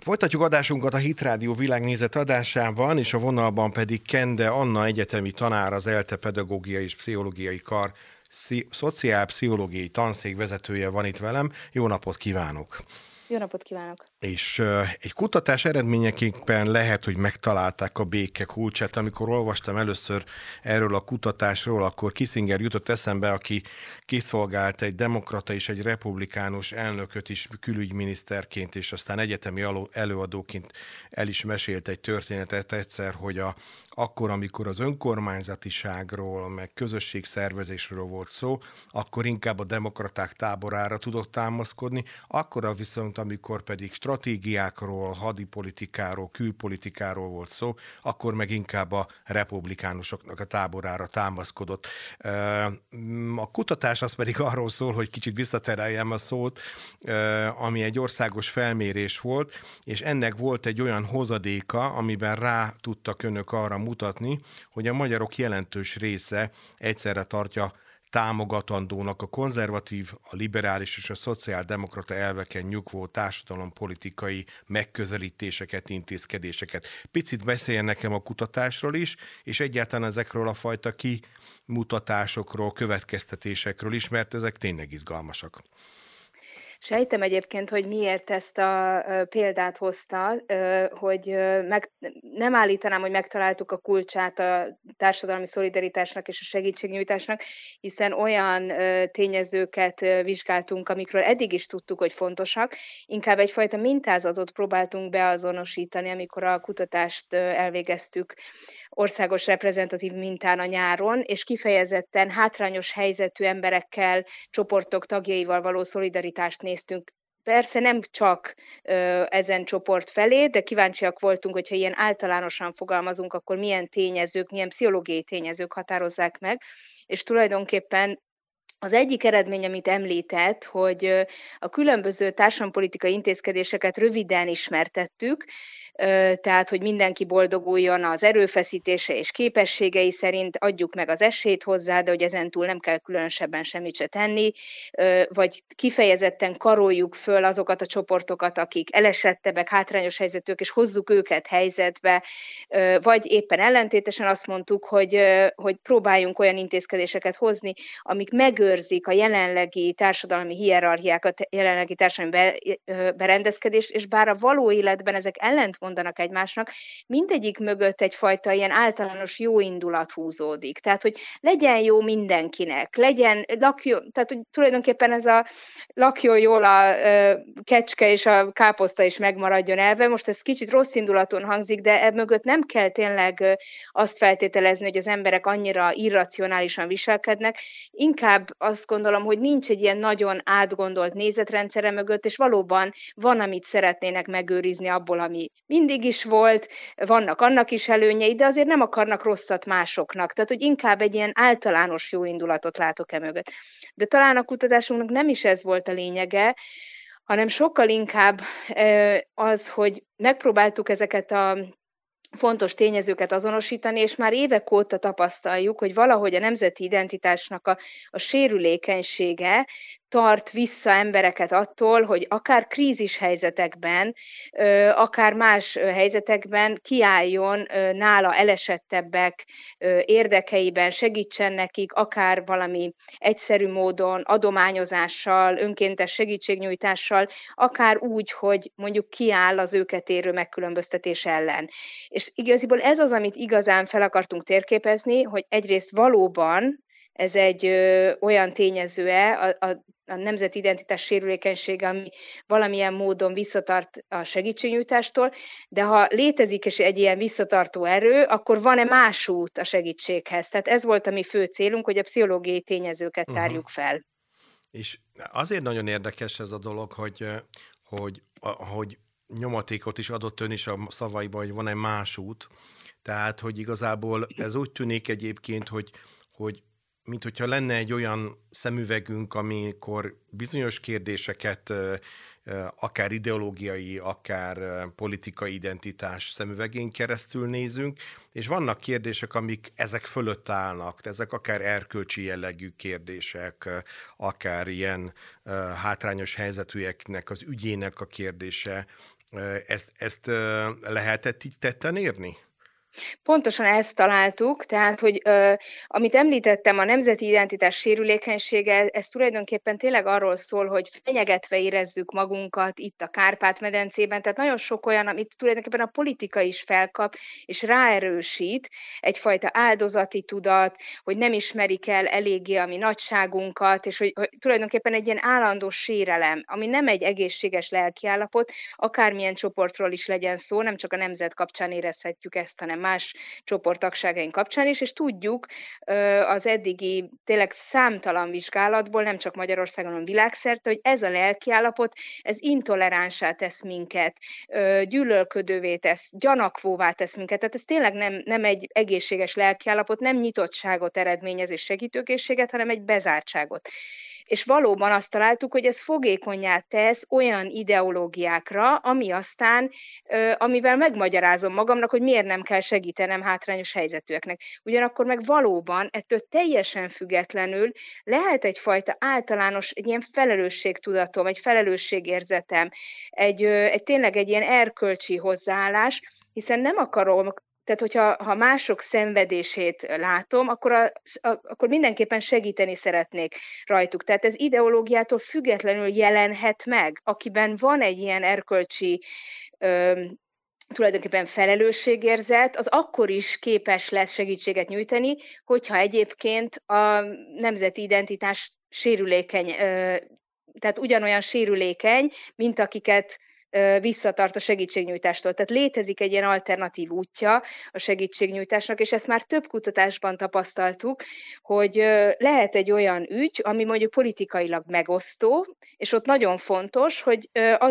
Folytatjuk adásunkat a Hit Rádió világnézet adásában, és a vonalban pedig Kende Anna egyetemi tanár, az ELTE pedagógiai és pszichológiai kar szociálpszichológiai tanszék vezetője van itt velem. Jó napot kívánok! Jó napot kívánok! És egy kutatás eredményeképpen lehet, hogy megtalálták a béke kulcsát. Amikor olvastam először erről a kutatásról, akkor Kissinger jutott eszembe, aki kiszolgált egy demokrata és egy republikánus elnököt is külügyminiszterként, és aztán egyetemi előadóként el is mesélt egy történetet egyszer, hogy akkor, amikor az önkormányzatiságról, meg közösségszervezésről volt szó, akkor inkább a demokraták táborára tudott támaszkodni, akkor viszont, amikor pedig stratégiákról, hadipolitikáról, külpolitikáról volt szó, akkor meg inkább a republikánusoknak a táborára támaszkodott. A kutatás az pedig arról szól, hogy kicsit visszatereljem a szót, ami egy országos felmérés volt, és ennek volt egy olyan hozadéka, amiben rá tudtak önök arra mutatni, hogy a magyarok jelentős része egyszerre tartja támogatandónak a konzervatív, a liberális és a szociáldemokrata elveken nyugvó társadalompolitikai megközelítéseket, intézkedéseket. Picit beszéljen nekem a kutatásról is, és egyáltalán ezekről a fajta kimutatásokról, következtetésekről is, mert ezek tényleg izgalmasak. Sejtem egyébként, hogy miért ezt a példát hozta, hogy nem állítanám, hogy megtaláltuk a kulcsát a társadalmi szolidaritásnak és a segítségnyújtásnak, hiszen olyan tényezőket vizsgáltunk, amikről eddig is tudtuk, hogy fontosak, inkább egyfajta mintázatot próbáltunk beazonosítani, amikor a kutatást elvégeztük országos reprezentatív mintán a nyáron, és kifejezetten hátrányos helyzetű emberekkel, csoportok tagjaival való szolidaritást néztünk. Persze nem csak ezen csoport felé, de kíváncsiak voltunk, hogyha ilyen általánosan fogalmazunk, akkor milyen tényezők, milyen pszichológiai tényezők határozzák meg, és tulajdonképpen az egyik eredmény, amit említett, hogy a különböző társadalompolitikai intézkedéseket röviden ismertettük, tehát, hogy mindenki boldoguljon az erőfeszítése és képességei szerint, adjuk meg az esélyt hozzá, de hogy ezentúl nem kell különösebben semmit se tenni, vagy kifejezetten karoljuk föl azokat a csoportokat, akik elesettebbek, hátrányos helyzetűek, és hozzuk őket helyzetbe, vagy éppen ellentétesen azt mondtuk, hogy próbáljunk olyan intézkedéseket hozni, amik megőrzik a jelenlegi társadalmi hierarchiákat, jelenlegi társadalmi berendezkedést, és bár a való életben ezek mondanak egymásnak, mindegyik mögött egyfajta ilyen általános jó indulat húzódik. Tehát, hogy legyen jó mindenkinek, lakjon, tehát, hogy tulajdonképpen ez a lakjon jól a kecske és a káposzta is megmaradjon elve. Most ez kicsit rossz indulaton hangzik, de mögött nem kell tényleg azt feltételezni, hogy az emberek annyira irracionálisan viselkednek. Inkább azt gondolom, hogy nincs egy ilyen nagyon átgondolt nézetrendszere mögött, és valóban van, amit szeretnének megőrizni abból, ami mindig is volt, vannak annak is előnyei, de azért nem akarnak rosszat másoknak. Tehát, hogy inkább egy ilyen általános jó indulatot látok mögött. De talán a kutatásunknak nem is ez volt a lényege, hanem sokkal inkább az, hogy megpróbáltuk ezeket a fontos tényezőket azonosítani, és már évek óta tapasztaljuk, hogy valahogy a nemzeti identitásnak a sérülékenysége tart vissza embereket attól, hogy akár krízis helyzetekben, akár más helyzetekben kiálljon nála elesettebbek érdekeiben, segítsen nekik, akár valami egyszerű módon, adományozással, önkéntes segítségnyújtással, akár úgy, hogy mondjuk kiáll az őket érő megkülönböztetés ellen. És igaziból ez az, amit igazán fel akartunk térképezni, hogy egyrészt valóban ez egy olyan tényező-e a nemzeti identitás sérülékenysége, ami valamilyen módon visszatart a segítségnyújtástól, de ha létezik is egy ilyen visszatartó erő, akkor van-e más út a segítséghez? Tehát ez volt a mi fő célunk, hogy a pszichológiai tényezőket tárjuk fel. És azért nagyon érdekes ez a dolog, hogy nyomatékot is adott ön is a szavaiban, hogy van egy más út. Tehát, hogy igazából ez úgy tűnik egyébként, hogy mint hogyha lenne egy olyan szemüvegünk, amikor bizonyos kérdéseket akár ideológiai, akár politikai identitás szemüvegén keresztül nézünk, és vannak kérdések, amik ezek fölött állnak, ezek akár erkölcsi jellegű kérdések, akár ilyen hátrányos helyzetűeknek az ügyének a kérdése, Ezt lehetett így tetten érni? Pontosan ezt találtuk, tehát, hogy amit említettem, a nemzeti identitás sérülékenysége, ez tulajdonképpen tényleg arról szól, hogy fenyegetve érezzük magunkat itt a Kárpát-medencében, tehát nagyon sok olyan, amit tulajdonképpen a politika is felkap, és ráerősít egyfajta áldozati tudat, hogy nem ismerik el eléggé a mi nagyságunkat, és hogy tulajdonképpen egy ilyen állandó sérelem, ami nem egy egészséges lelkiállapot, akármilyen csoportról is legyen szó, nem csak a nemzet kapcsán érezhetjük ezt, hanem más csoporttagságaink kapcsán is, és tudjuk az eddigi tényleg számtalan vizsgálatból, nem csak Magyarországon, hanem világszerte, hogy ez a lelkiállapot, ez intoleránsá tesz minket, gyűlölködővé tesz, gyanakvóvá tesz minket, tehát ez tényleg nem egy egészséges lelkiállapot, nem nyitottságot eredményez és segítőkészséget, hanem egy bezártságot. És valóban azt találtuk, hogy ez fogékonnyá tesz olyan ideológiákra, amivel megmagyarázom magamnak, hogy miért nem kell segítenem hátrányos helyzetűeknek. Ugyanakkor meg valóban ettől teljesen függetlenül lehet egyfajta általános, egy ilyen felelősségtudatom, egy felelősségérzetem, tényleg egy ilyen erkölcsi hozzáállás, hiszen nem akarom, tehát, hogyha mások szenvedését látom, akkor mindenképpen segíteni szeretnék rajtuk. Tehát ez ideológiától függetlenül jelenhet meg, akiben van egy ilyen erkölcsi tulajdonképpen felelősségérzet, az akkor is képes lesz segítséget nyújtani, hogyha egyébként a nemzeti identitás sérülékeny, tehát ugyanolyan sérülékeny, mint akiket visszatart a segítségnyújtástól. Tehát létezik egy ilyen alternatív útja a segítségnyújtásnak, és ezt már több kutatásban tapasztaltuk, hogy lehet egy olyan ügy, ami mondjuk politikailag megosztó, és ott nagyon fontos, hogy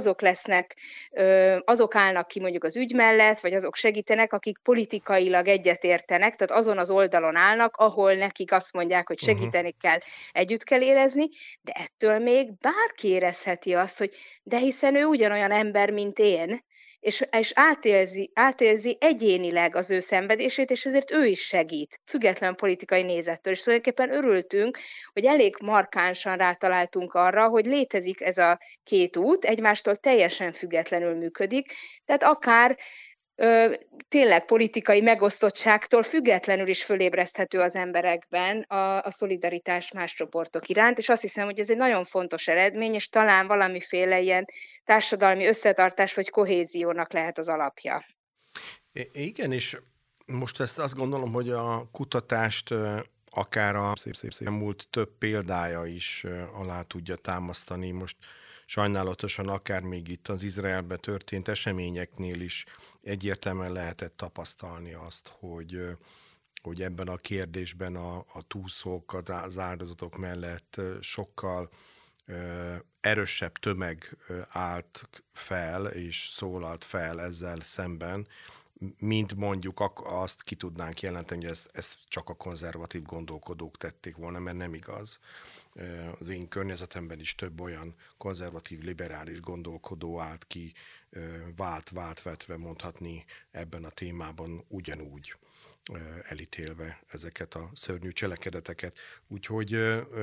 azok állnak ki mondjuk az ügy mellett, vagy azok segítenek, akik politikailag egyetértenek, tehát azon az oldalon állnak, ahol nekik azt mondják, hogy segíteni kell, együtt kell érezni, de ettől még bárki érezheti azt, hogy de hiszen ő ugyanolyan ember, mint én, és átélzi egyénileg az ő szenvedését, és ezért ő is segít, független politikai nézettől. És tulajdonképpen örültünk, hogy elég markánsan rátaláltunk arra, hogy létezik ez a két út, egymástól teljesen függetlenül működik, tehát akár tényleg politikai megosztottságtól függetlenül is fölébreszthető az emberekben a szolidaritás más csoportok iránt, és azt hiszem, hogy ez egy nagyon fontos eredmény, és talán valamiféle ilyen társadalmi összetartás vagy kohéziónak lehet az alapja. Igen, és most azt gondolom, hogy a kutatást akár a szép múlt több példája is alá tudja támasztani. Most sajnálatosan akár még itt az Izraelben történt eseményeknél is egyértelműen lehetett tapasztalni azt, hogy ebben a kérdésben a túlszók, az áldozatok mellett sokkal erősebb tömeg állt fel és szólalt fel ezzel szemben, mint mondjuk azt ki tudnánk jelenteni, hogy ezt csak a konzervatív gondolkodók tették volna, mert nem igaz. Az én környezetemben is több olyan konzervatív, liberális gondolkodó állt ki, vált vetve mondhatni ebben a témában ugyanúgy elítélve ezeket a szörnyű cselekedeteket. Úgyhogy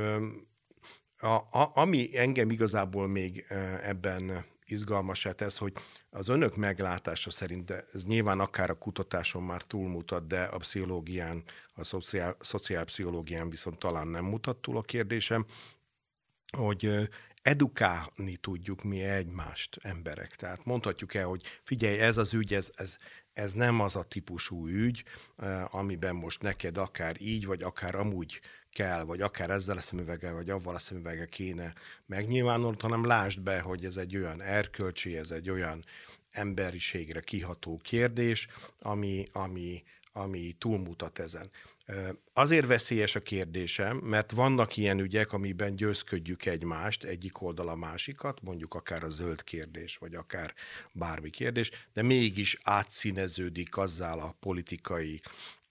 ami engem igazából még ebben izgalmasá tesz, hogy az önök meglátása szerint, de ez nyilván akár a kutatáson már túlmutat, de a pszichológián, a szociálpszichológián viszont talán nem mutat túl a kérdésem, hogy edukálni tudjuk mi egymást, emberek. Tehát mondhatjuk el, hogy figyelj, ez az ügy, ez nem az a típusú ügy, amiben most neked akár így, vagy akár amúgy kell, vagy akár ezzel a szemüveggel, vagy avval a szemüveggel kéne megnyilvánulni, hanem lásd be, hogy ez egy olyan erkölcsi, ez egy olyan emberiségre kiható kérdés, ami túlmutat ezen. Azért veszélyes a kérdésem, mert vannak ilyen ügyek, amiben győzködjük egymást, egyik oldal a másikat, mondjuk akár a zöld kérdés, vagy akár bármi kérdés, de mégis átszíneződik azzal a politikai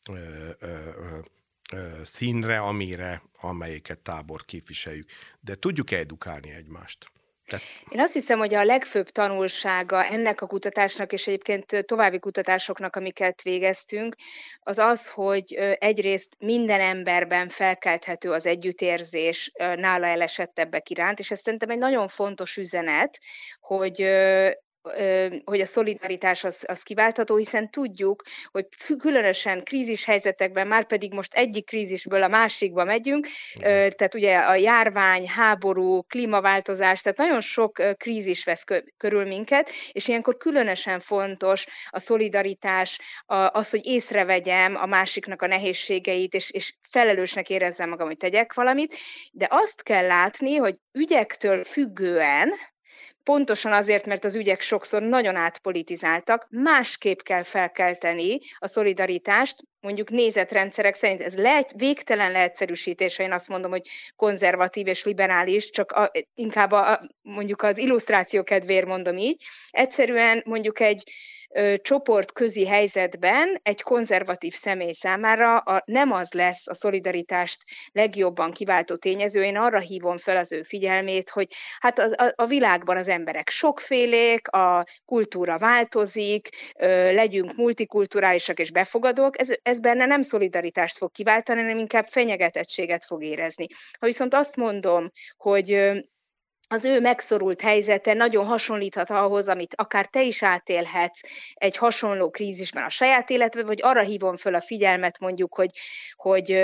színre, amelyiket tábor képviseljük. De tudjuk edukálni egymást? Én azt hiszem, hogy a legfőbb tanulsága ennek a kutatásnak, és egyébként további kutatásoknak, amiket végeztünk, az az, hogy egyrészt minden emberben felkelthető az együttérzés nála elesettebbek iránt, és ez szerintem egy nagyon fontos üzenet, hogy hogy a szolidaritás az kiváltható, hiszen tudjuk, hogy különösen krízis helyzetekben, már pedig most egyik krízisből a másikba megyünk, tehát ugye a járvány, háború, klímaváltozás, tehát nagyon sok krízis vesz körül minket, és ilyenkor különösen fontos a szolidaritás, az, hogy észrevegyem a másiknak a nehézségeit, és felelősnek érezzem magam, hogy tegyek valamit, de azt kell látni, hogy ügyektől függően, pontosan azért, mert az ügyek sokszor nagyon átpolitizáltak, másképp kell felkelteni a szolidaritást, mondjuk nézetrendszerek szerint. Ez végtelen leegyszerűsítés, ha én azt mondom, hogy konzervatív és liberális, csak inkább mondjuk az illusztráció kedvéért mondom így. Egyszerűen mondjuk egy csoportközi helyzetben egy konzervatív személy számára nem az lesz a szolidaritást legjobban kiváltó tényező. Én arra hívom fel az ő figyelmét, hogy hát a világban az emberek sokfélék, a kultúra változik, legyünk multikulturálisak és befogadók, ez benne nem szolidaritást fog kiváltani, hanem inkább fenyegetettséget fog érezni. Ha viszont azt mondom, hogy az ő megszorult helyzete nagyon hasonlíthat ahhoz, amit akár te is átélhetsz egy hasonló krízisben a saját életben, vagy arra hívom föl a figyelmet mondjuk, hogy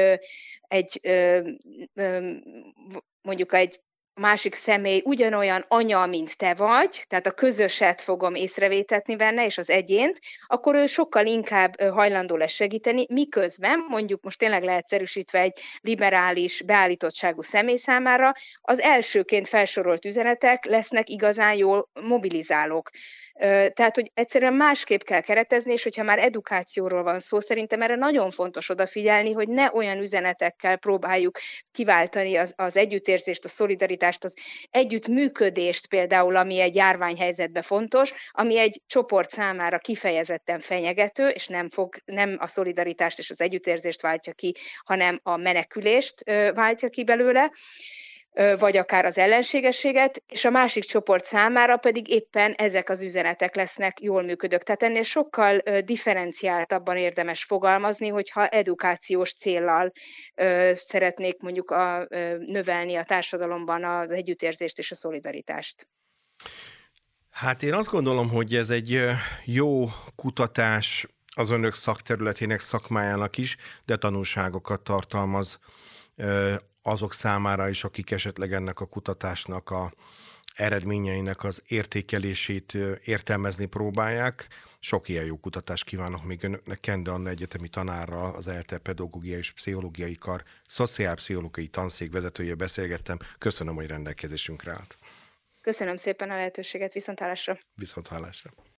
mondjuk egy másik személy ugyanolyan anya, mint te vagy, tehát a közöset fogom észrevétetni benne, és az egyént, akkor ő sokkal inkább hajlandó lesz segíteni, miközben mondjuk most tényleg leegyszerűsítve egy liberális beállítottságú személy számára az elsőként felsorolt üzenetek lesznek igazán jól mobilizálók. Tehát, hogy egyszerűen másképp kell keretezni, és hogyha már edukációról van szó, szerintem erre nagyon fontos odafigyelni, hogy ne olyan üzenetekkel próbáljuk kiváltani az együttérzést, a szolidaritást, az együttműködést például, ami egy járványhelyzetben fontos, ami egy csoport számára kifejezetten fenyegető, és nem a szolidaritást és az együttérzést váltja ki, hanem a menekülést váltja ki belőle, vagy akár az ellenségességet, és a másik csoport számára pedig éppen ezek az üzenetek lesznek jól működők. Tehát ennél sokkal differenciáltabban érdemes fogalmazni, hogyha edukációs céllal szeretnék mondjuk növelni a társadalomban az együttérzést és a szolidaritást. Hát én azt gondolom, hogy ez egy jó kutatás az önök szakterületének, szakmájának is, de tanulságokat tartalmaz azok számára is, akik esetleg ennek a kutatásnak a eredményeinek az értékelését értelmezni próbálják. Sok ilyen jó kutatást kívánok még önöknek. Kende Anna egyetemi tanárral, az ELTE Pedagógiai és Pszichológiai Kar szociálpszichológiai tanszék vezetője beszélgettem. Köszönöm, hogy rendelkezésünkre állt. Köszönöm szépen a lehetőséget, viszonthallásra. Viszonthallásra.